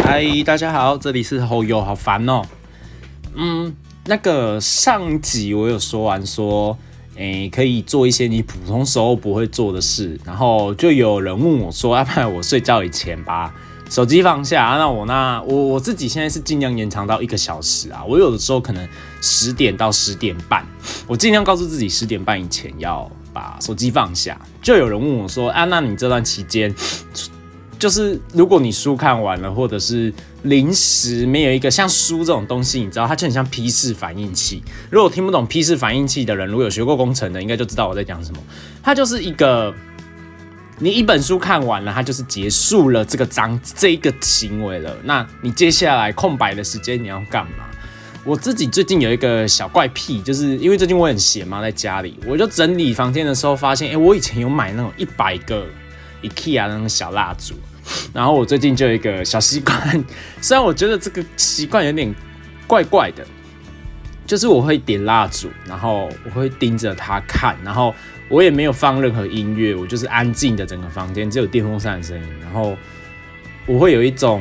嗨，大家好，这里是侯友，好烦哦。那个上集我有说完说，可以做一些你普通时候不会做的事，然后就有人问我说，要不然我睡觉以前把手机放下，我自己现在是尽量延长到1个小时啊。我有的时候可能10点到10点半，我尽量告诉自己10点半以前要把手机放下。就有人问我说，那你这段期间，就是如果你书看完了，或者是临时没有一个像书这种东西，你知道它就很像批示反应器。如果听不懂批示反应器的人，如果有学过工程的，应该就知道我在讲什么。它就是一个，你一本书看完了，它就是结束了这一个行为了。那你接下来空白的时间你要干嘛？我自己最近有一个小怪癖，就是因为最近我很闲嘛，在家里我就整理房间的时候发现，我以前有买那种100个 IKEA 的那种小蜡烛。然后我最近就有一个小习惯，虽然我觉得这个习惯有点怪怪的，就是我会点蜡烛，然后我会盯着它看，然后我也没有放任何音乐，我就是安静的整个房间只有电风扇的声音，然后我会有一种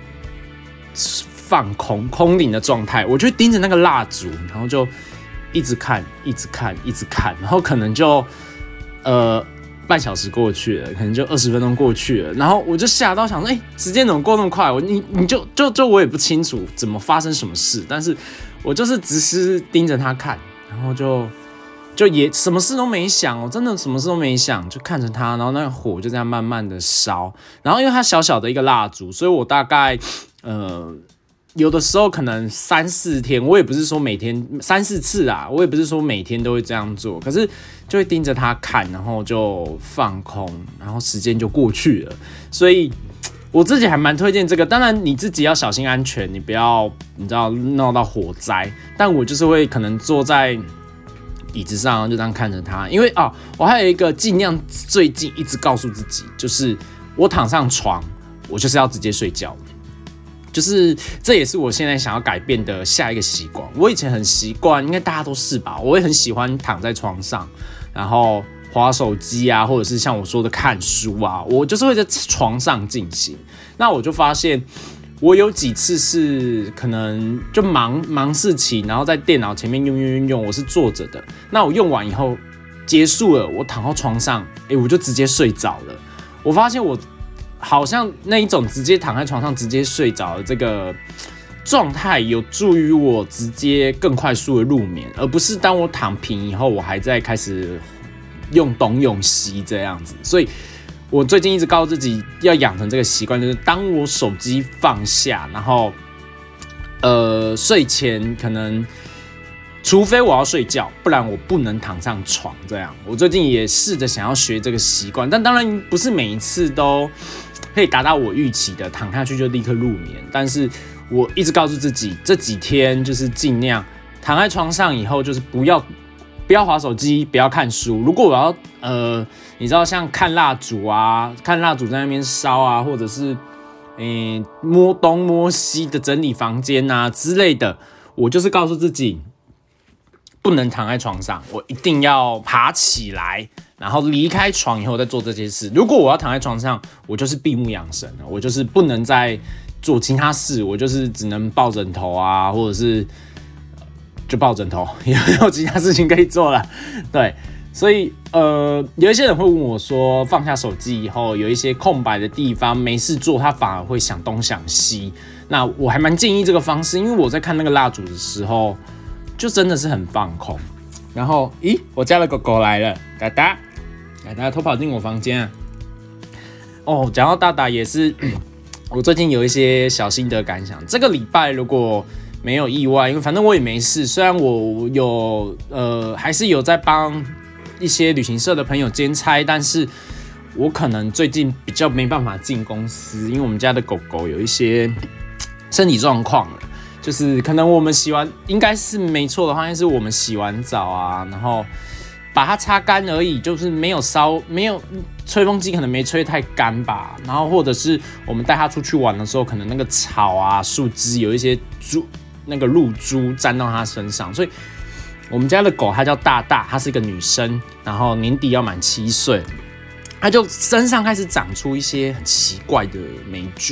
放空灵的状态，我就盯着那个蜡烛，然后就一直看，然后可能就半小时过去了，可能就20分钟过去了，然后我就嚇到想说，时间怎么过那么快？你就我也不清楚怎么发生什么事，但是我就是只是盯着他看，然后就也什么事都没想，我真的什么事都没想，就看着他，然后那个火就这样慢慢的烧，然后因为它小小的一个蜡烛，所以我大概有的时候可能3-4天，我也不是说每天3-4次啊，我也不是说每天都会这样做，可是就会盯着他看，然后就放空，然后时间就过去了。所以我自己还蛮推荐这个，当然你自己要小心安全，你不要你知道闹到火灾。但我就是会可能坐在椅子上，就这样看着他，因为我还有一个尽量最近一直告诉自己，就是我躺上床，我就是要直接睡觉。就是这也是我现在想要改变的下一个习惯。我以前很习惯，应该大家都是吧，我也很喜欢躺在床上，然后滑手机啊，或者是像我说的看书啊，我就是会在床上进行。那我就发现，我有几次是可能就忙事情，然后在电脑前面用，我是坐着的。那我用完以后结束了，我躺到床上，我就直接睡着了。我发现我好像那一种直接躺在床上直接睡着的这个状态，有助于我直接更快速的入眠，而不是当我躺平以后，我还在开始用东用西这样子。所以我最近一直告诉自己要养成这个习惯，就是当我手机放下，然后睡前可能除非我要睡觉，不然我不能躺上床这样。我最近也试着想要学这个习惯，但当然不是每一次都可以达到我预期的躺下去就立刻入眠，但是我一直告诉自己，这几天就是尽量躺在床上以后，就是不要滑手机，不要看书。如果我要你知道像看蜡烛啊，看蜡烛在那边烧啊，或者是摸东摸西的整理房间啊之类的，我就是告诉自己不能躺在床上，我一定要爬起来，然后离开床以后再做这些事。如果我要躺在床上，我就是闭目养神了，我就是不能再做其他事，我就是只能抱枕头啊，或者是就抱枕头，也没有其他事情可以做了。对，所以有一些人会问我说，放下手机以后，有一些空白的地方没事做，他反而会想东想西。那我还蛮建议这个方式，因为我在看那个蜡烛的时候，就真的是很放空。然后，我家的狗狗来了，达达偷跑进我房间啊！讲到达达也是，我最近有一些小心得感想。这个礼拜如果没有意外，因为反正我也没事，虽然我有还是有在帮一些旅行社的朋友兼差，但是我可能最近比较没办法进公司，因为我们家的狗狗有一些身体状况了。就是可能我们洗完，应该是没错的话，应该是我们洗完澡啊，然后把它擦干而已，就是没有吹风机可能没吹太干吧，然后或者是我们带它出去玩的时候，可能那个草啊、树枝有一些那个露珠沾到它身上，所以我们家的狗它叫大大，它是一个女生，然后年底要满7岁，它就身上开始长出一些很奇怪的霉菌。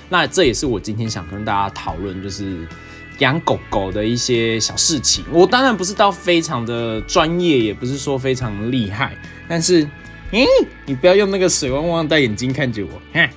那这也是我今天想跟大家讨论，就是养狗狗的一些小事情。我当然不是到非常的专业，也不是说非常厉害，但是，你不要用那个水汪汪的眼睛看着我，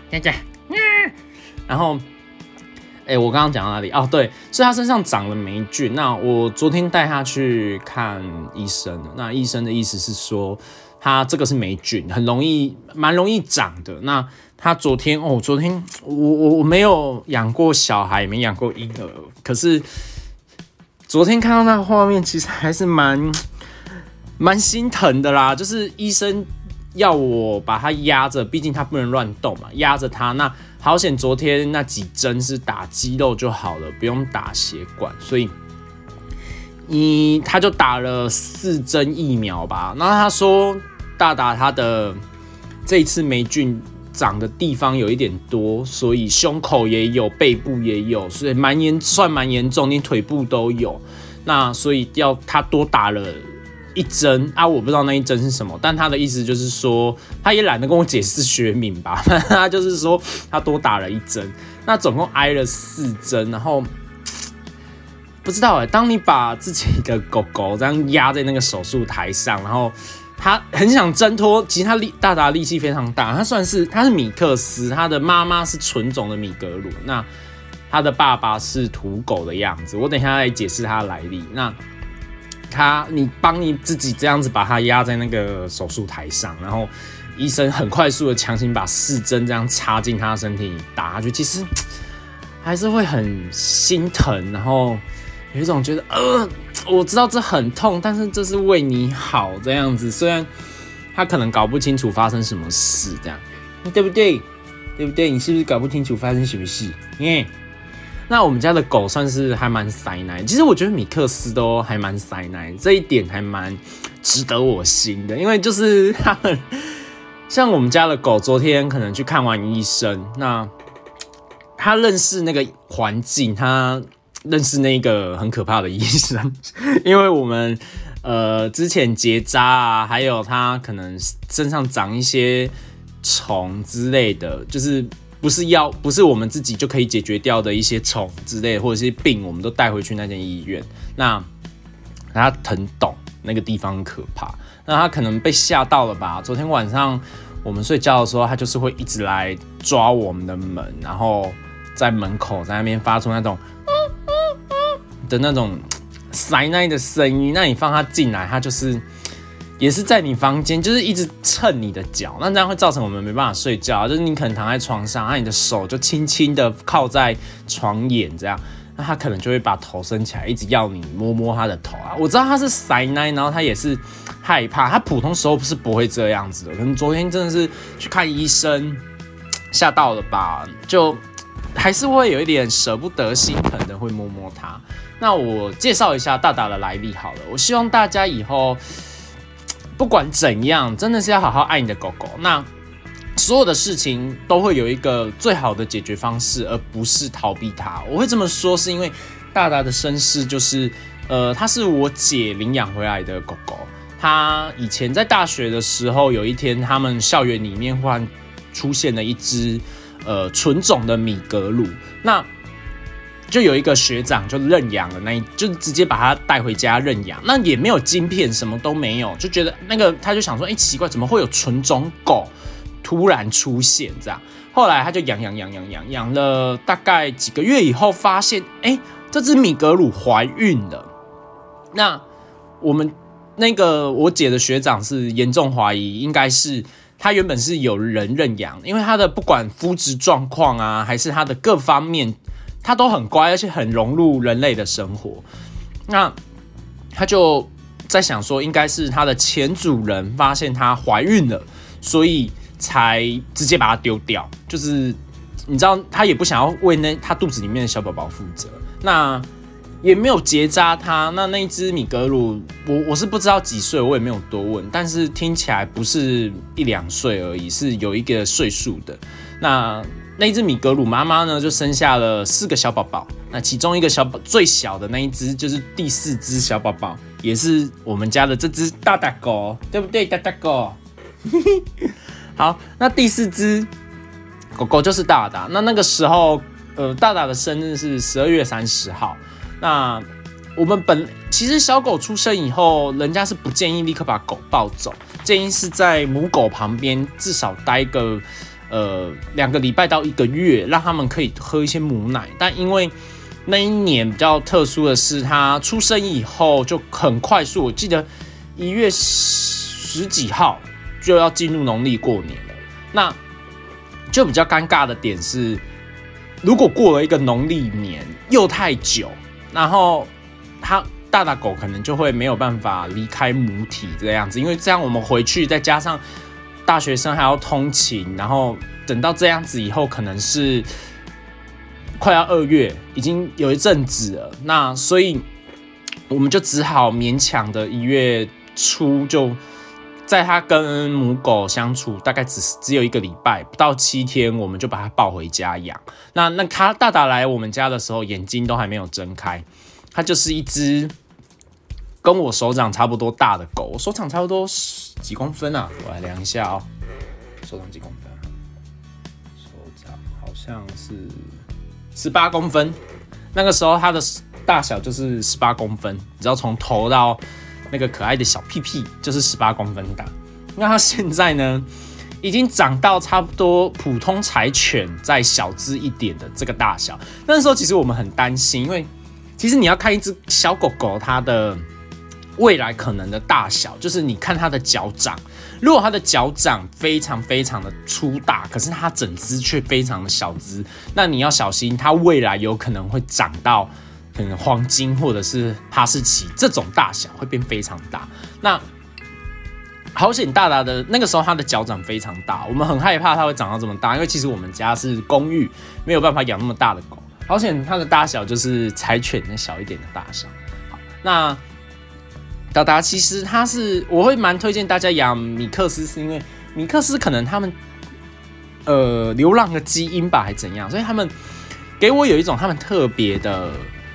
然后。我刚刚讲到哪里？哦，对，所以他身上长了霉菌。那我昨天带他去看医生了。那医生的意思是说，他这个是霉菌，蛮容易长的。那他昨天我没有养过小孩，也没养过婴儿，可是昨天看到那个画面，其实还是蛮心疼的啦。就是医生要我把他压着，毕竟他不能乱动嘛，压着他。那好险，昨天那几针是打肌肉就好了，不用打血管，所以他就打了4针疫苗吧。然后他说，大达他的这一次霉菌长的地方有一点多，所以胸口也有，背部也有，所以算蛮严重，连腿部都有。那所以要他多打了1针啊，我不知道那1针是什么，但他的意思就是说，他也懒得跟我解释学名吧，他就是说他多打了1针，那总共挨了4针，然后不知道当你把自己的狗狗这样压在那个手术台上，然后他很想挣脱，其实大达力气非常大，他是米克斯，他的妈妈是纯种的米格鲁，那他的爸爸是土狗的样子，我等一下来解释他的来历。那你帮你自己这样子把它压在那个手术台上，然后医生很快速的强行把4针这样插进他的身体里打下去，其实还是会很心疼，然后有一种觉得我知道这很痛，但是这是为你好这样子。虽然他可能搞不清楚发生什么事，这样对不对？对不对？你是不是搞不清楚发生什么事？那我们家的狗算是还蛮塞奶，其实我觉得米克斯都还蛮塞奶，这一点还蛮值得我心的，因为就是他们像我们家的狗，昨天可能去看完医生，那他认识那个环境，他认识那个很可怕的医生，因为我们之前结扎啊，还有他可能身上长一些虫之类的，就是不是我们自己就可以解决掉的一些虫之类的，或者是病，我们都带回去那间医院。那他很懂那个地方很可怕，那他可能被吓到了吧？昨天晚上我们睡觉的时候，他就是会一直来抓我们的门，然后在门口在那边发出那种的那种塞奶的声音。那你放他进来，他就是也是在你房间，就是一直蹭你的脚，那这样会造成我们没办法睡觉。就是你可能躺在床上，那你的手就轻轻的靠在床沿这样，那他可能就会把头伸起来，一直要你摸摸他的头啊。我知道他是塞奶，然后他也是害怕，他普通时候不会这样子的，可能昨天真的是去看医生吓到了吧，就还是会有一点舍不得、心疼的，会摸摸他。那我介绍一下大达的来历好了，我希望大家以后不管怎样，真的是要好好爱你的狗狗。那所有的事情都会有一个最好的解决方式，而不是逃避它。我会这么说，是因为大达的身世就是，它是我姐领养回来的狗狗。它以前在大学的时候，有一天他们校园里面忽然出现了一只纯种的米格鲁，那就有一个学长就认养了就直接把他带回家认养，那也没有晶片，什么都没有，就觉得他就想说，奇怪，怎么会有纯种狗突然出现这样？后来他就养了大概几个月以后，发现这只米格鲁怀孕了。那我姐的学长是严重怀疑，应该是他原本是有人认养，因为他的不管肤质状况啊，还是他的各方面，他都很乖，而且很融入人类的生活。那他就在想说，应该是他的前主人发现她怀孕了，所以才直接把它丢掉。就是你知道，他也不想要为他肚子里面的小宝宝负责，那也没有结扎他。那一只米格鲁，我是不知道几岁，我也没有多问，但是听起来不是1-2岁而已，是有一个岁数的。那一只米格鲁妈妈呢，就生下了4个小宝宝。那其中一个最小的那一只，就是第4只小宝宝，也是我们家的这只大大狗，对不对？大大狗。好，那第4只狗狗就是大大。那个时候大大的生日是12月30号。那我们其实小狗出生以后，人家是不建议立刻把狗抱走，建议是在母狗旁边至少待个2个礼拜到1个月，让他们可以喝一些母奶。但因为那一年比较特殊的是，它出生以后就很快速，我记得1月10几号就要进入农历过年了。那就比较尴尬的点是，如果过了一个农历年又太久，然后它大大狗可能就会没有办法离开母体这样子，因为这样我们回去再加上大学生还要通勤，然后等到这样子以后，可能是快要2月，已经有一阵子了。那所以我们就只好勉强的1月初就在他跟母狗相处大概只有1个礼拜，不到7天，我们就把它抱回家养。那他大大来我们家的时候，眼睛都还没有睁开，它就是一只跟我手掌差不多大的狗，我手掌差不多几公分啊？我来量一下哦，手掌几公分？手掌好像是18公分。那个时候它的大小就是18公分，只要从头到那个可爱的小屁屁就是18公分大。那它现在呢，已经长到差不多普通柴犬再小只一点的这个大小。那时候其实我们很担心，因为其实你要看一只小狗狗它的未来可能的大小，就是你看它的脚掌，如果它的脚掌非常非常的粗大，可是它整只却非常的小只，那你要小心它未来有可能会长到可能黄金或者是哈士奇这种大小，会变非常大。那好险大大的那个时候它的脚掌非常大，我们很害怕它会长到这么大，因为其实我们家是公寓，没有办法养那么大的狗。好险它的大小就是柴犬那小一点的大小。好，那达达其实我会蛮推荐大家养米克斯，是因为米克斯可能他们流浪的基因吧，还怎样，所以他们给我有一种他们特别的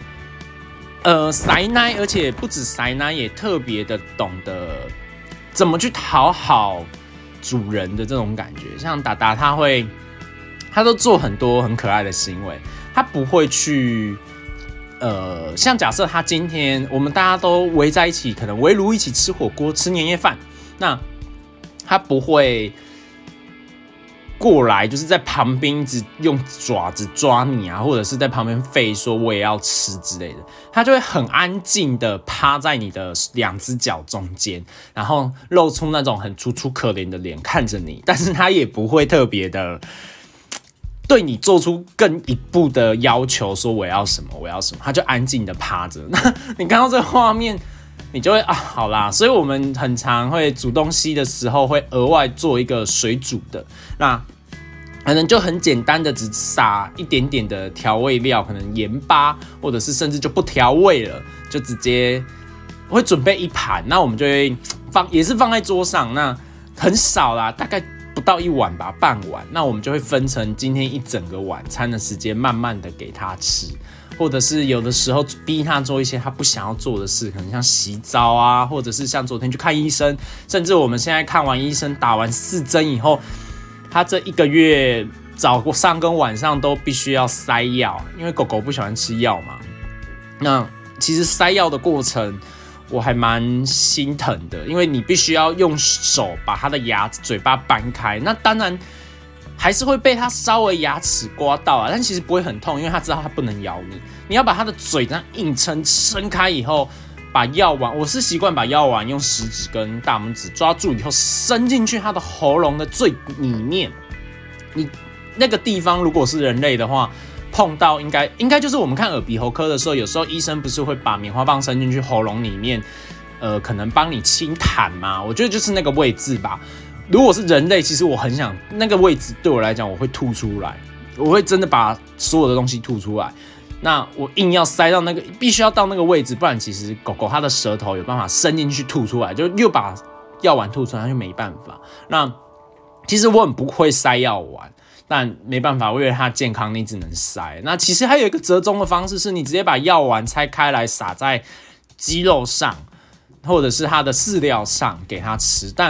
塞奶，而且不止塞奶，也特别的懂得怎么去讨好主人的这种感觉。像达达他都做很多很可爱的行为，他不会去像假设他今天我们大家都围在一起，可能围炉一起吃火锅吃年夜饭，那他不会过来就是在旁边一直用爪子抓你啊，或者是在旁边吠说我也要吃之类的，他就会很安静的趴在你的2只脚中间，然后露出那种很楚楚可怜的脸看着你，但是他也不会特别的对你做出更一步的要求，说我要什么，我要什么，他就安静的趴着。那你看到这个画面，你就会好啦。所以我们很常会煮东西的时候，会额外做一个水煮的，那可能就很简单的，只撒一点点的调味料，可能盐巴，或者是甚至就不调味了，就直接会准备一盘，那我们就会也是放在桌上，那很少啦，大概不到1碗吧，半碗，那我们就会分成今天一整个晚餐的时间，慢慢的给他吃，或者是有的时候逼他做一些他不想要做的事，可能像洗澡啊，或者是像昨天去看医生，甚至我们现在看完医生打完4针以后，他这1个月早上跟晚上都必须要塞药，因为狗狗不喜欢吃药嘛。那其实塞药的过程我还蛮心疼的，因为你必须要用手把它的嘴巴掰开，那当然还是会被它稍微牙齿刮到啊，但其实不会很痛，因为它知道它不能咬你。你要把它的嘴这样硬撑开以后，把药丸，我是习惯把药丸用食指跟大拇指抓住以后，伸进去它的喉咙的最里面。你那个地方如果是人类的话，碰到应该就是我们看耳鼻喉科的时候，有时候医生不是会把棉花棒伸进去喉咙里面，可能帮你清痰嘛？我觉得就是那个位置吧。如果是人类，其实我很想那个位置对我来讲，我会吐出来，我会真的把所有的东西吐出来。那我硬要塞到那个，必须要到那个位置，不然其实狗狗它的舌头有办法伸进去吐出来，就又把药丸吐出来，它就没办法。那其实我很不会塞药丸。但没办法，为了它健康，你只能塞。那其实还有一个折中的方式，是你直接把药丸拆开来撒在鸡肉上，或者是它的饲料上给它吃。但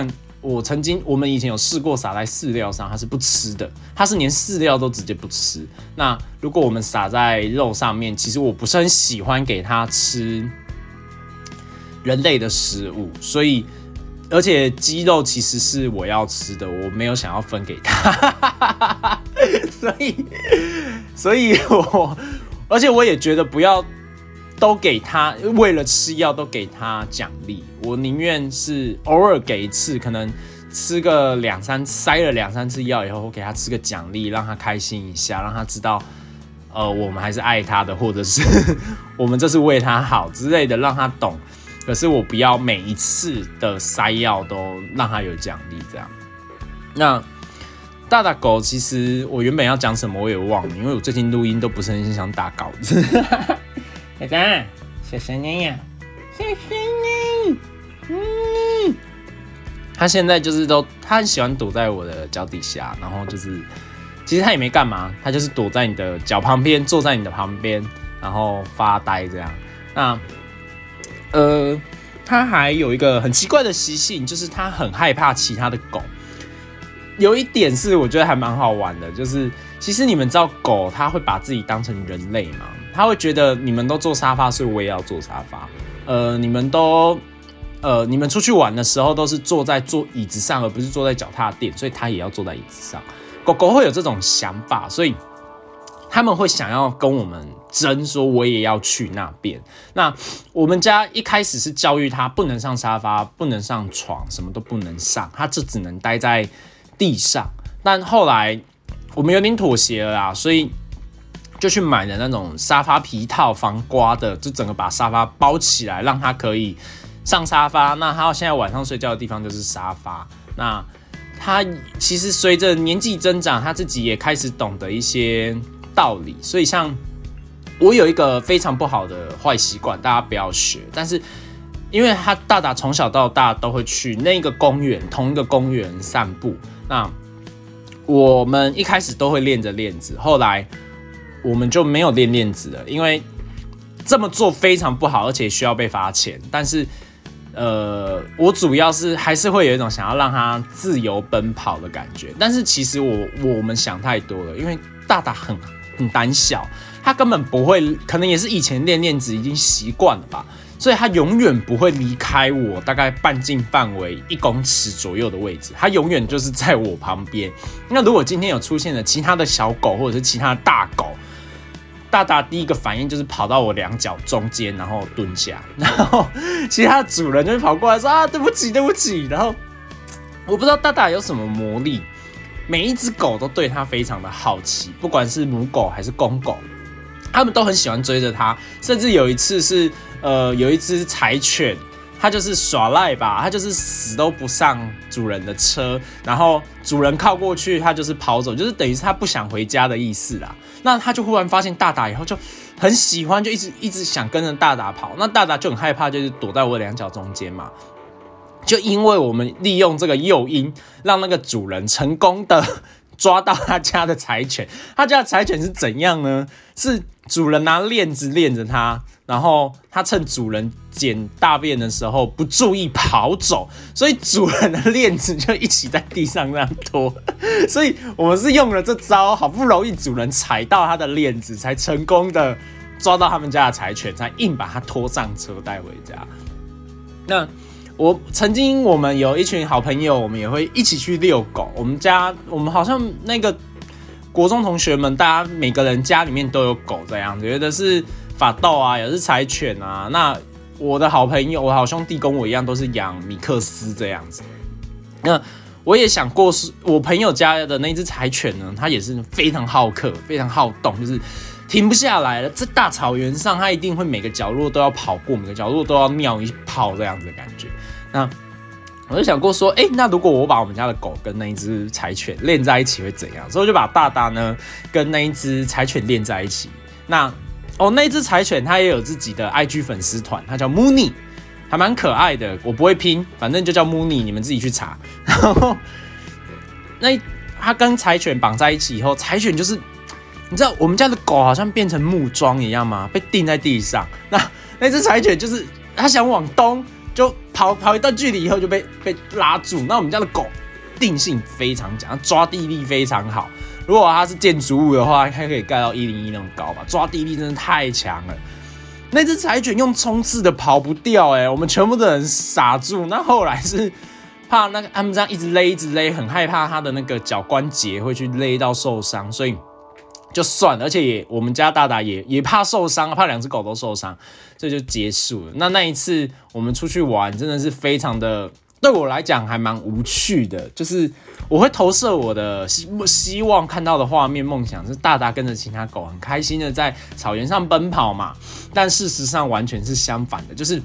我们以前有试过撒在饲料上，它是不吃的，它是连饲料都直接不吃。那如果我们撒在肉上面，其实我不是很喜欢给它吃人类的食物，所以而且鸡肉其实是我要吃的，我没有想要分给它，所以而且我也觉得不要都给他，为了吃药都给他奖励，我宁愿是偶尔给一次，可能吃个塞了2-3次药以后，我给他吃个奖励，让他开心一下，让他知道我们还是爱他的，或者是我们这是为他好之类的，让他懂。可是我不要每一次的塞药都让他有奖励这样。那大大狗其实我原本要讲什么我也忘了，因为我最近录音都不是很想打稿子。小张，小声音呀，小声音。他现在就是他很喜欢躲在我的脚底下，然后就是其实他也没干嘛，他就是躲在你的脚旁边，坐在你的旁边，然后发呆这样。那他还有一个很奇怪的习性，就是他很害怕其他的狗。有一点是我觉得还蛮好玩的，就是其实你们知道狗它会把自己当成人类吗？它会觉得你们都坐沙发，所以我也要坐沙发。你们出去玩的时候都是坐椅子上，而不是坐在脚踏垫，所以它也要坐在椅子上。狗狗会有这种想法，所以他们会想要跟我们争，说我也要去那边。那我们家一开始是教育他不能上沙发，不能上床，什么都不能上，他就只能待在地上。但后来我们有点妥协了啦，所以就去买了那种沙发皮套防刮的，就整个把沙发包起来，让他可以上沙发。那他现在晚上睡觉的地方就是沙发。那他其实随着年纪增长，他自己也开始懂得一些道理。所以像我有一个非常不好的坏习惯，大家不要学。但是因为他大大从小到大都会去那个公园，同一个公园散步。那我们一开始都会练着链子，后来我们就没有练链子了，因为这么做非常不好，而且需要被罚钱。但是我主要是还是会有一种想要让他自由奔跑的感觉。但是其实我们想太多了，因为大大很胆小，他根本不会，可能也是以前练链子已经习惯了吧，所以他永远不会离开我大概半径范围1公尺左右的位置，他永远就是在我旁边。那如果今天有出现了其他的小狗或者是其他的大狗，大大第一个反应就是跑到我2脚中间，然后蹲下，然后其他的主人就会跑过来说啊，对不起对不起。然后我不知道大大有什么魔力，每一只狗都对他非常的好奇，不管是母狗还是公狗，他们都很喜欢追着他。甚至有一次是有一只柴犬，它就是耍赖吧，它就是死都不上主人的车，然后主人靠过去，它就是跑走，就是等于是它不想回家的意思啦。那它就忽然发现大大以后就很喜欢，就一直想跟着大大跑。那大大就很害怕，就是躲在我2脚中间嘛。就因为我们利用这个诱因，让那个主人成功的抓到他家的柴犬。他家的柴犬是怎样呢？是主人拿链子链着他，然后他趁主人捡大便的时候不注意跑走，所以主人的链子就一起在地上这样拖。所以我们是用了这招，好不容易主人踩到他的链子，才成功的抓到他们家的柴犬，才硬把它拖上车带回家。那我们有一群好朋友，我们也会一起去遛狗。我们好像那个国中同学们，大家每个人家里面都有狗这样子，有的是法斗啊，有的是柴犬啊。那我的好朋友，我好兄弟跟我一样，都是养米克斯这样子。那我也想过，我朋友家的那只柴犬呢，它也是非常好客，非常好动，就是停不下来了。在大草原上，它一定会每个角落都要跑过，每个角落都要尿一泡这样子的感觉。那我就想过说，那如果我把我们家的狗跟那一只柴犬练在一起会怎样？所以我就把大大呢跟那一只柴犬练在一起。那一只柴犬它也有自己的 IG 粉丝团，它叫 Mooney， 还蛮可爱的。我不会拼，反正就叫 Mooney， 你们自己去查。然后它跟柴犬绑在一起以后，柴犬就是你知道我们家的狗好像变成木桩一样吗？被钉在地上。那只柴犬就是它想往东，就跑一段距离以后就被拉住。那我们家的狗定性非常强，抓地力非常好。如果它是建筑物的话，它可以盖到101那么高吧，抓地力真的太强了。那只柴犬用冲刺的跑不掉，我们全部的人傻住。那后来是怕那个他们这样一直勒，很害怕它的那个脚关节会去勒到受伤，所以就算了。而且我们家大大也怕受伤，怕2只狗都受伤，所以就结束了。那一次我们出去玩，真的是非常的，对我来讲还蛮无趣的，就是我会投射我的希望看到的画面，梦想是大大跟着其他狗很开心的在草原上奔跑嘛。但事实上完全是相反的，就是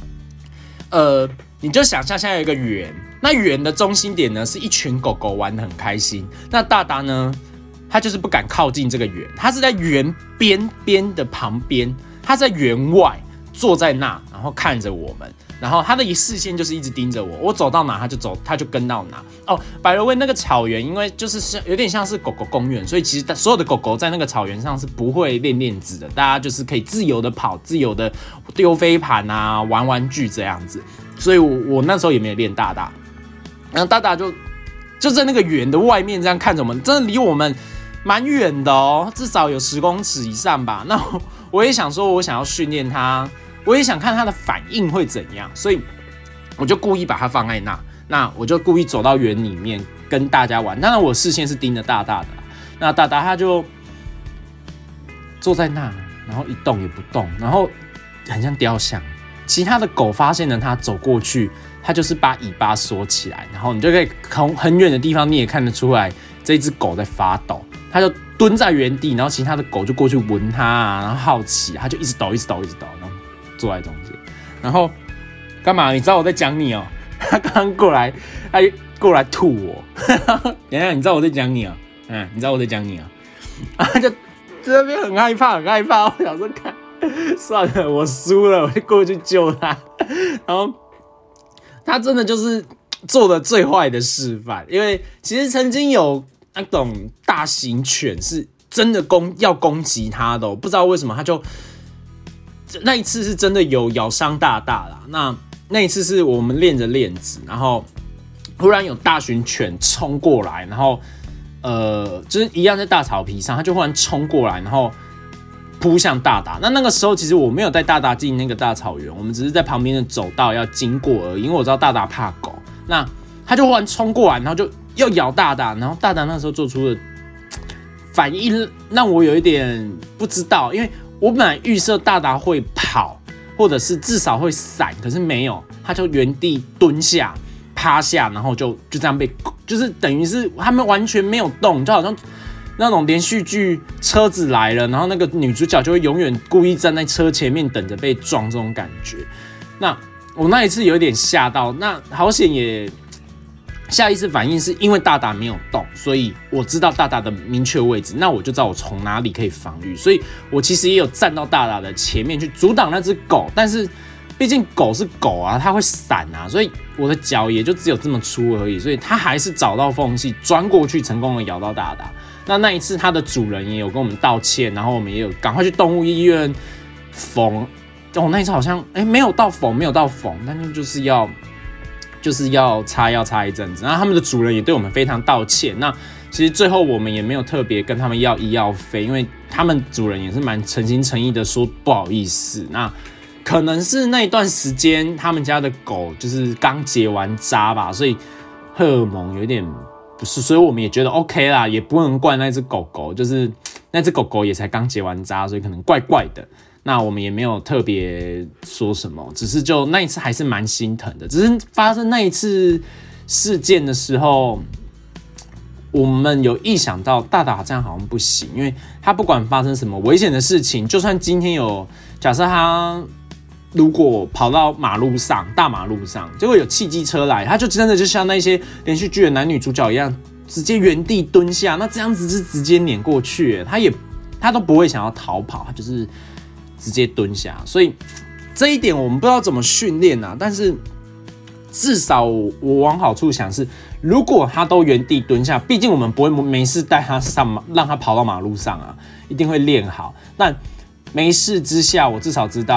你就想象现在有一个圆，那圆的中心点呢是一群狗狗玩得很开心，那大大呢他就是不敢靠近这个圆，他是在圆边的旁边，他在圆外坐在那，然后看着我们，然后他的视线就是一直盯着我走到哪他就跟到哪。哦，by the way，那个草原因为就是有点像是狗狗公园，所以其实所有的狗狗在那个草原上是不会练子的，大家就是可以自由的跑，自由的丢飞盘啊，玩玩具这样子。所以我那时候也没有练大大，然后大大就在那个圆的外面这样看着我们，真的离我们蛮远的哦，至少有10公尺以上吧。那我也想说，我想要训练它，我也想看它的反应会怎样，所以我就故意把它放在那我就故意走到园里面跟大家玩。当然我视线是盯着大大的，那大大他就坐在那，然后一动也不动，然后很像雕像。其他的狗发现了他走过去，他就是把尾巴缩起来，然后你就可以从很远的地方你也看得出来这只狗在发抖，他就蹲在原地，然后其他的狗就过去闻它啊，然后好奇，他就一直抖，然后坐在中间，然后干嘛？你知道我在讲你哦？他刚刚过来，他过来吐我。等一下，你知道我在讲你啊？你知道我在讲你啊？他就在那边很害怕。我想说，看算了，我输了，我就过去救他。然后他真的就是做的最坏的示范，因为其实曾经有那种大型犬是真的要攻击他的，我不知道为什么他就那一次是真的有咬伤大大啦。那一次是我们练着链子，然后突然有大型犬冲过来，然后就是一样在大草皮上，他就忽然冲过来，然后扑向大大。那个时候其实我没有带大大进那个大草原，我们只是在旁边的走道要经过而已，因为我知道大大怕狗。那他就忽然冲过来，然后就要咬大大，然后大大那时候做出的反应让我有一点不知道，因为我本来预设大大会跑，或者是至少会闪，可是没有，他就原地蹲下趴下，然后就这样就是等于是他们完全没有动，就好像那种连续剧车子来了，然后那个女主角就会永远故意站在车前面等着被撞这种感觉。那我那一次有点吓到，那好险也下意识反应是因为大大没有动，所以我知道大大的明确位置，那我就知道我从哪里可以防御，所以我其实也有站到大大的前面去阻挡那只狗，但是毕竟狗是狗啊，它会闪啊，所以我的脚也就只有这么粗而已，所以它还是找到缝隙钻过去，成功的咬到大大。那一次它的主人也有跟我们道歉，然后我们也有赶快去动物医院缝。那一次好像没有到缝，但是就是要擦一阵子。然后他们的主人也对我们非常道歉。那其实最后我们也没有特别跟他们要医药费，因为他们主人也是蛮诚心诚意的说不好意思。那可能是那一段时间他们家的狗就是刚结完扎吧，所以荷尔蒙有点不是，所以我们也觉得 OK 啦，也不能怪那只狗狗，就是那只狗狗也才刚结完扎，所以可能怪怪的。那我们也没有特别说什么，只是就那一次还是蛮心疼的。只是发生那一次事件的时候，我们有意想到大大这样好像不行，因为他不管发生什么危险的事情，就算今天有假设他如果跑到大马路上，结果有汽机车来，他就真的就像那些连续剧的男女主角一样，直接原地蹲下，那这样子是直接碾过去，他都不会想要逃跑，他就是直接蹲下。所以这一点我们不知道怎么训练啊，但是至少我往好处想是，如果他都原地蹲下，毕竟我们不会没事带他让他跑到马路上啊，一定会练好。但没事之下，我至少知道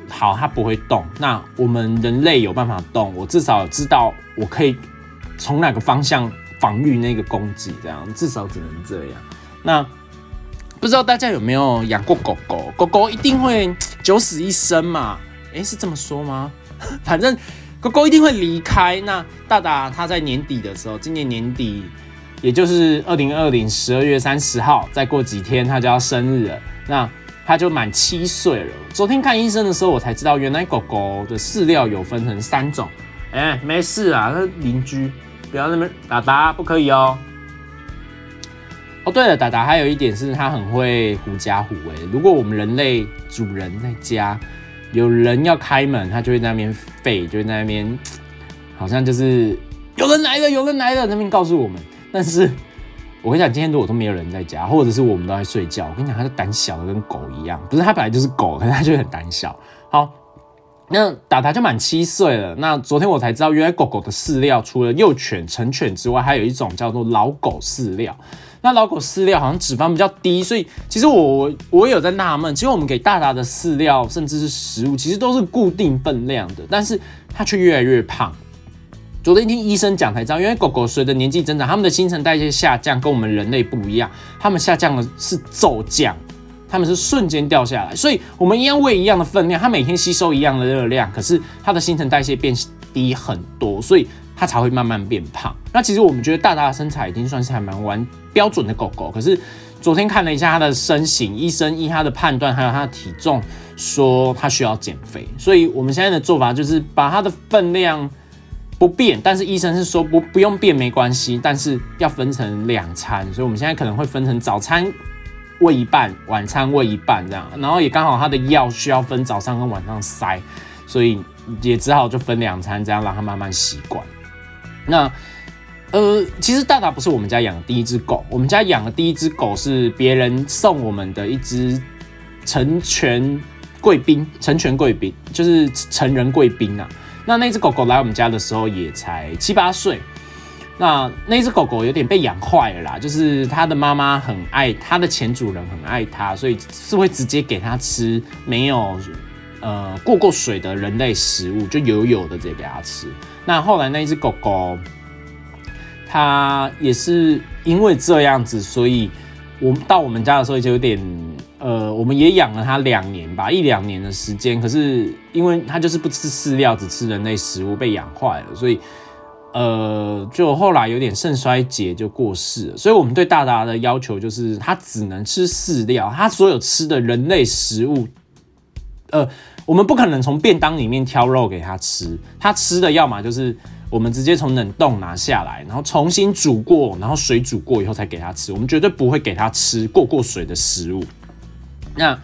好，它不会动，那我们人类有办法动，我至少知道我可以从哪个方向防御那个攻击，这样至少只能这样。那不知道大家有没有养过狗狗？狗狗一定会九死一生嘛？是这么说吗？反正狗狗一定会离开。那大大他在年底的时候，今年年底，也就是2020 12月30号，再过几天他就要生日了。那他就满7岁了。昨天看医生的时候，我才知道原来狗狗的饲料有分成3种。没事啊，那邻居不要那么达达不可以哦。对了，达达还有一点是他很会狐假虎威。如果我们人类主人在家，有人要开门，他就会在那边吠，就会在那边好像就是有人来了，有人来了，那边告诉我们。但是我跟你讲，今天如果都没有人在家，或者是我们都在睡觉，我跟你讲，他就胆小的跟狗一样。不是他本来就是狗，可是他就很胆小。好，那达达就满7岁了。那昨天我才知道，原来狗狗的饲料除了幼犬、成犬之外，还有一种叫做老狗饲料。那老狗饲料好像脂肪比较低，所以其实我也有在纳闷，其实我们给大达的饲料甚至是食物，其实都是固定分量的，但是它却越来越胖。昨天听医生讲才知道，因为狗狗随着年纪增长，它们的新陈代谢下降，跟我们人类不一样，它们下降的是骤降，它们是瞬间掉下来，所以我们一样喂一样的分量，它每天吸收一样的热量，可是它的新陈代谢变低很多，所以它才会慢慢变胖。那其实我们觉得大大的身材已经算是还蛮标准的狗狗，可是昨天看了一下它的身形，医生依他的判断还有它的体重，说它需要减肥，所以我们现在的做法就是把它的分量不变，但是医生是说不用变没关系，但是要分成2餐，所以我们现在可能会分成早餐喂一半，晚餐喂一半这样，然后也刚好它的药需要分早上跟晚上塞，所以也只好就分2餐，这样让它慢慢习惯。那其实大达不是我们家养的第一只狗，我们家养的第一只狗是别人送我们的一只成全贵宾，就是成人贵宾啊。那只狗狗来我们家的时候也才7、8岁，那只狗狗有点被养坏了啦，就是它的妈妈很爱它的前主人，很爱它，所以是会直接给它吃没有过水的人类食物，就有的直接给它吃。那后来那只狗狗，它也是因为这样子，所以到我们家的时候就有点我们也养了它2年吧，1、2年的时间。可是因为它就是不吃饲料，只吃人类食物，被养坏了，所以就后来有点肾衰竭就过世了。所以我们对大达的要求就是它只能吃饲料，它所有吃的人类食物，我们不可能从便当里面挑肉给它吃，它吃的要么就是我们直接从冷冻拿下来，然后重新煮过，然后水煮过以后才给它吃，我们绝对不会给它吃过水的食物。那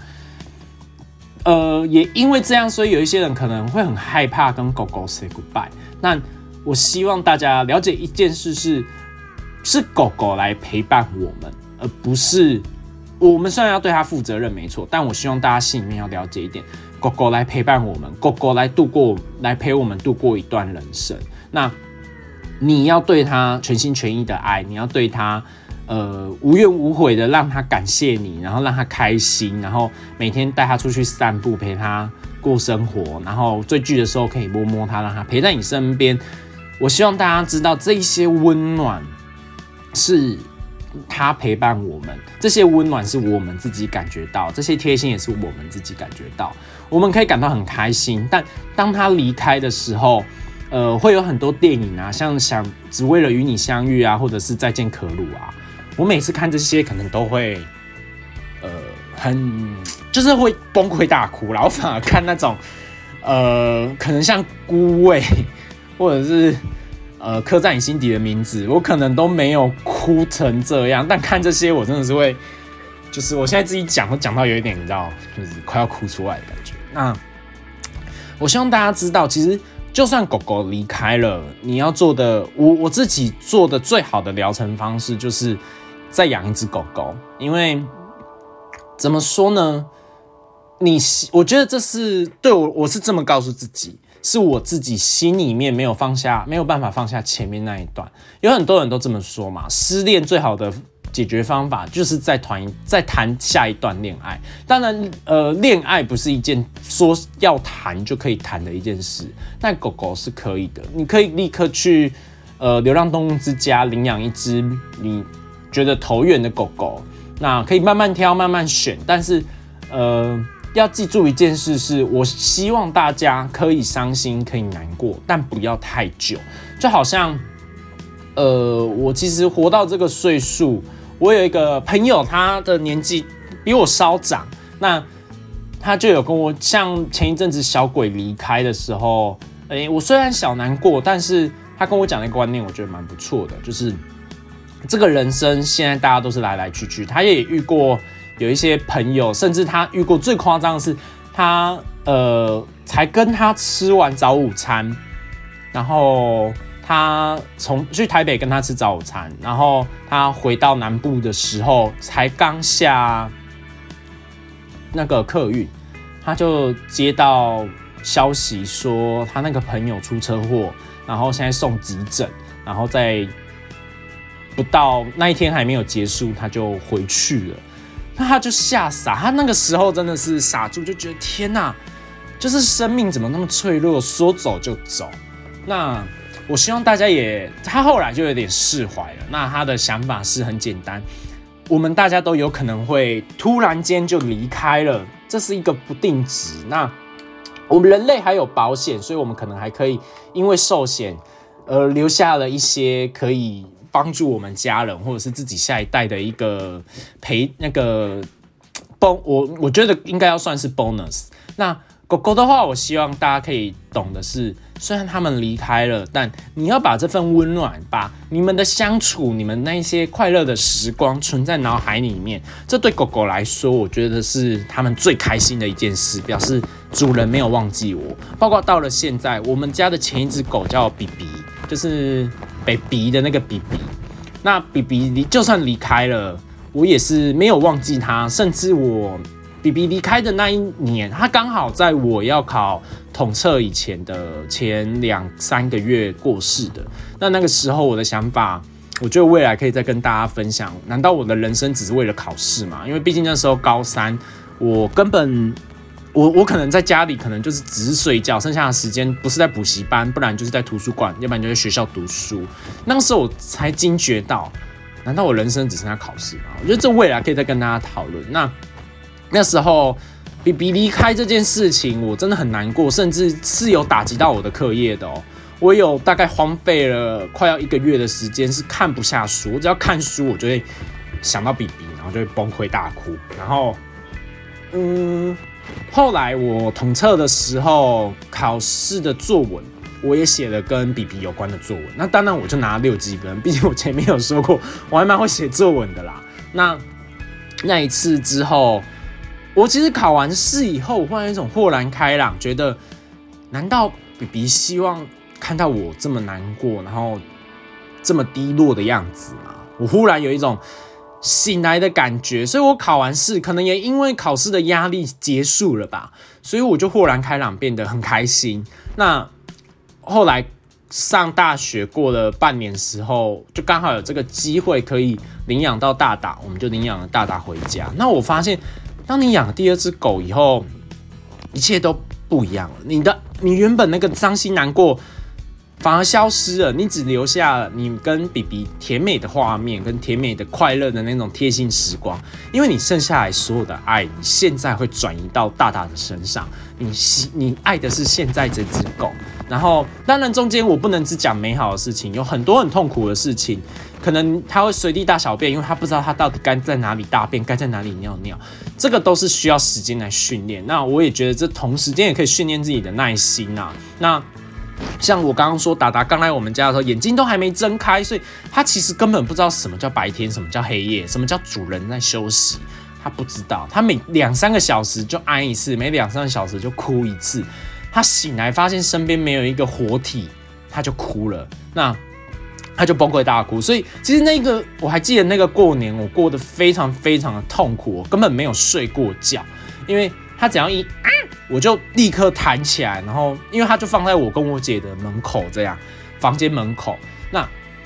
也因为这样，所以有一些人可能会很害怕跟狗狗 say goodbye。那我希望大家了解一件事是狗狗来陪伴我们，而不是我们虽然要对它负责任没错，但我希望大家心里面要了解一点，狗狗来陪伴我们，狗狗来陪我们度过一段人生。那你要对它全心全意的爱，你要对它无怨无悔的让它感谢你，然后让它开心，然后每天带它出去散步，陪它过生活，然后追剧的时候可以摸摸它，让它陪在你身边。我希望大家知道，这一些温暖是它陪伴我们，这些温暖是我们自己感觉到，这些贴心也是我们自己感觉到，我们可以感到很开心。但当它离开的时候，会有很多电影啊，像只为了与你相遇啊，或者是再见可鲁啊，我每次看这些可能都会就是会崩溃大哭啦。我反而看那种可能像孤味或者是刻在你心底的名字，我可能都没有哭成这样，但看这些我真的是会，就是我现在自己讲到有一点你知道，就是快要哭出来的感觉。那我希望大家知道，其实就算狗狗离开了，你要做的，我自己做的最好的疗程方式就是再养一只狗狗。因为怎么说呢，我觉得这是对我是这么告诉自己，是我自己心里面没有办法放下前面那一段。有很多人都这么说嘛，失恋最好的解决方法就是再谈下一段恋爱。当然，恋爱不是一件说要谈就可以谈的一件事，但狗狗是可以的。你可以立刻去流浪动物之家领养一只你觉得投缘的狗狗，那可以慢慢挑、慢慢选。但是，要记住一件事是，我希望大家可以伤心、可以难过，但不要太久。就好像，我其实活到这个岁数，我有一个朋友，他的年纪比我稍长，那他就有跟我，像前一阵子小鬼离开的时候，我虽然小难过，但是他跟我讲的一个观念，我觉得蛮不错的，就是这个人生现在大家都是来来去去，他也遇过。有一些朋友，甚至他遇过最夸张的是，他才跟他吃完早午餐，然后他去台北跟他吃早午餐，然后他回到南部的时候，才刚下那个客运，他就接到消息说他那个朋友出车祸，然后现在送急诊，然后在不到那一天还没有结束，他就回去了。那他就吓傻，他那个时候真的是傻住，就觉得天哪，就是生命怎么那么脆弱，说走就走。那我希望大家他后来就有点释怀了。那他的想法是很简单，我们大家都有可能会突然间就离开了，这是一个不定值。那我们人类还有保险，所以我们可能还可以因为寿险而留下了一些可以帮助我们家人或者是自己下一代的一个我觉得应该要算是 bonus。那狗狗的话，我希望大家可以懂的是，虽然他们离开了，但你要把这份温暖，把你们的相处，你们那些快乐的时光存在脑海里面。这对狗狗来说，我觉得是他们最开心的一件事，表示主人没有忘记我。包括到了现在，我们家的前一只狗叫比比，就是baby的那个比比。那比比就算离开了，我也是没有忘记他，甚至我比比离开的那一年，他刚好在我要考统测以前的前2-3个月过世的。那个时候我的想法，我觉得未来可以再跟大家分享。难道我的人生只是为了考试吗？因为毕竟那时候高3，我根本我可能在家里可能就是只是睡觉，剩下的时间不是在补习班，不然就是在图书馆，要不然就在学校读书。那个时候我才惊觉到，难道我人生只剩下考试吗？我觉得这未来可以再跟大家讨论。那时候比比离开这件事情，我真的很难过，甚至是有打击到我的课业的哦。我有大概荒废了快要1个月的时间，是看不下书。我只要看书，我就会想到比比，然后就会崩溃大哭。然后，后来我统测的时候，考试的作文我也写了跟比比有关的作文。那当然我就拿了6级分，毕竟我前面有说过，我还蛮会写作文的啦。那一次之后，我其实考完试以后，我忽然有一种豁然开朗，觉得难道比比希望看到我这么难过，然后这么低落的样子吗？我忽然有一种醒来的感觉，所以我考完试，可能也因为考试的压力结束了吧，所以我就豁然开朗，变得很开心。那后来上大学过了半年时候，就刚好有这个机会可以领养到大大，我们就领养了大大回家。那我发现，当你养了第2只狗以后，一切都不一样了。你原本那个伤心难过反而消失了，你只留下了你跟比比甜美的画面，跟甜美的快乐的那种贴心时光。因为你剩下来所有的爱，你现在会转移到大大的身上。你爱的是现在这只狗。然后，当然中间我不能只讲美好的事情，有很多很痛苦的事情。可能他会随地大小便，因为他不知道他到底该在哪里大便，该在哪里尿尿，这个都是需要时间来训练。那我也觉得这同时间也可以训练自己的耐心啊。那像我刚刚说，达达刚来我们家的时候，眼睛都还没睁开，所以他其实根本不知道什么叫白天，什么叫黑夜，什么叫主人在休息，他不知道。他每2-3个小时就安一次，每2-3个小时就哭一次。他醒来发现身边没有一个活体，他就哭了。那他就崩溃大哭。所以其实我还记得那个过年，我过得非常非常的痛苦，我根本没有睡过觉，因为他只要我就立刻弹起来，然后因为他就放在我跟我姐的门口，这样房间门口。那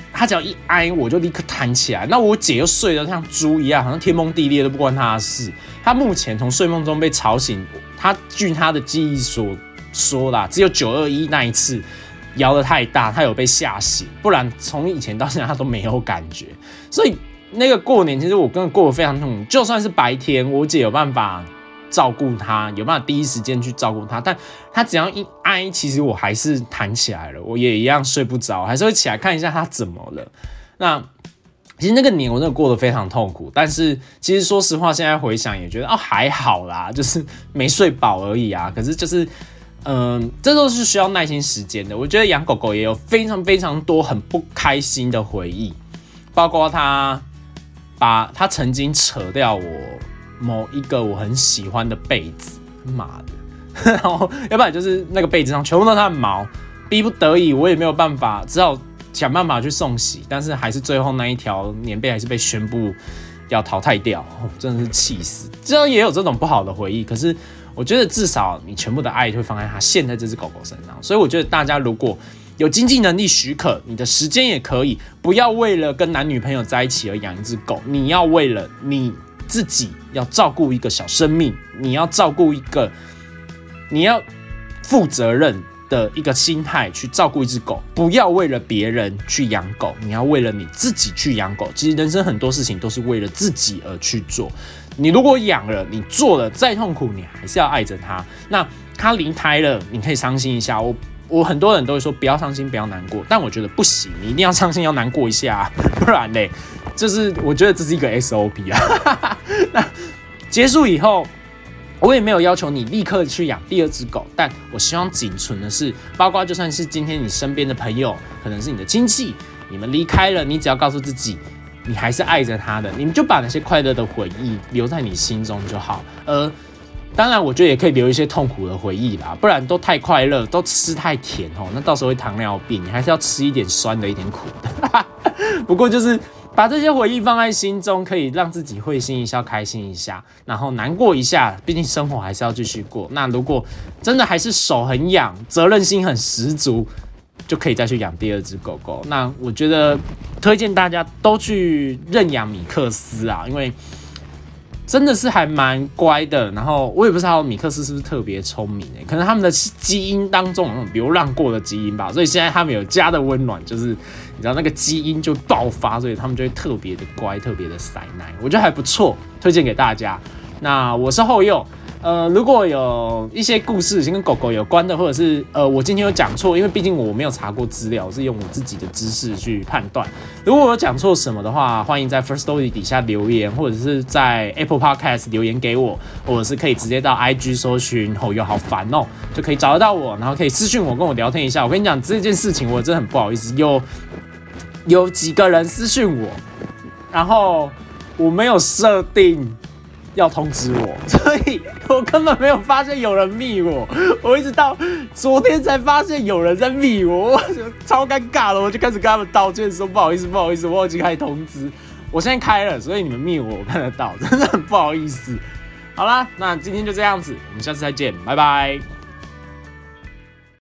他只要一挨，我就立刻弹起来。那我姐又睡得像猪一样，好像天崩地裂都不关她的事。她目前从睡梦中被吵醒，据她的记忆说啦，只有921那一次摇得太大，她有被吓醒，不然从以前到现在她都没有感觉。所以那个过年，其实我跟过得非常痛苦。就算是白天，我姐有办法照顾她，有办法第一时间去照顾她，但她只要一挨，其实我还是弹起来了，我也一样睡不着，还是会起来看一下她怎么了。那其实那个年我真的过得非常痛苦，但是其实说实话，现在回想也觉得还好啦，就是没睡饱而已啊。可是就是这都是需要耐心时间的。我觉得养狗狗也有非常非常多很不开心的回忆，包括他曾经扯掉我某一个我很喜欢的被子，妈的，然后要不然就是那个被子上全部都是他的毛，逼不得已我也没有办法，只好想办法去送洗，但是还是最后那一条棉被还是被宣布要淘汰掉，真的是气死。这样也有这种不好的回忆，可是我觉得至少你全部的爱会放在他现在这只狗狗身上，所以我觉得大家如果有经济能力许可，你的时间也可以，不要为了跟男女朋友在一起而养一只狗，你要为了你自己要照顾一个小生命，你要照顾一个，你要负责任的一个心态去照顾一只狗，不要为了别人去养狗，你要为了你自己去养狗。其实人生很多事情都是为了自己而去做。你如果养了，你做了再痛苦，你还是要爱着它。那它离开了，你可以伤心一下。我很多人都会说不要伤心，不要难过，但我觉得不行，你一定要伤心，要难过一下，不然嘞，就是我觉得这是一个 SOP 啊。那结束以后，我也没有要求你立刻去养第二只狗，但我希望仅存的是，包括就算是今天你身边的朋友，可能是你的亲戚，你们离开了，你只要告诉自己，你还是爱着他的，你们就把那些快乐的回忆留在你心中就好。当然，我觉得也可以留一些痛苦的回忆啦，不然都太快乐，都吃太甜哦，那到时候会糖尿病，你还是要吃一点酸的，一点苦的。不过就是把这些回忆放在心中，可以让自己会心一笑，开心一下，然后难过一下，毕竟生活还是要继续过。那如果真的还是手很痒，责任心很十足，就可以再去养第二只狗狗。那我觉得推荐大家都去认养米克斯啊，因为真的是还蛮乖的，然后我也不知道米克斯是不是特别聪明可能他们的基因当中有那种流浪过的基因吧，所以现在他们有家的温暖，就是你知道那个基因就爆发，所以他们就会特别的乖，特别的塞奶，我觉得还不错，推荐给大家。那我是后佑。如果有一些故事跟狗狗有关的，或者是我今天有讲错，因为毕竟我没有查过资料，我是用我自己的知识去判断。如果我有讲错什么的话，欢迎在 Firstory 底下留言，或者是在 Apple Podcast 留言给我，或者是可以直接到 IG 搜寻后佑好烦哦，就可以找得到我，然后可以私讯我，跟我聊天一下。我跟你讲这件事情，我真的很不好意思，有几个人私讯我，然后我没有設定要通知我，所以我根本没有发现有人密我，我一直到昨天才发现有人在密我，我超尴尬的，我就开始跟他们道歉说不好意思，我已经开始通知，我现在开了，所以你们密我看得到，真的很不好意思。好啦，那今天就这样子，我们下次再见，拜拜。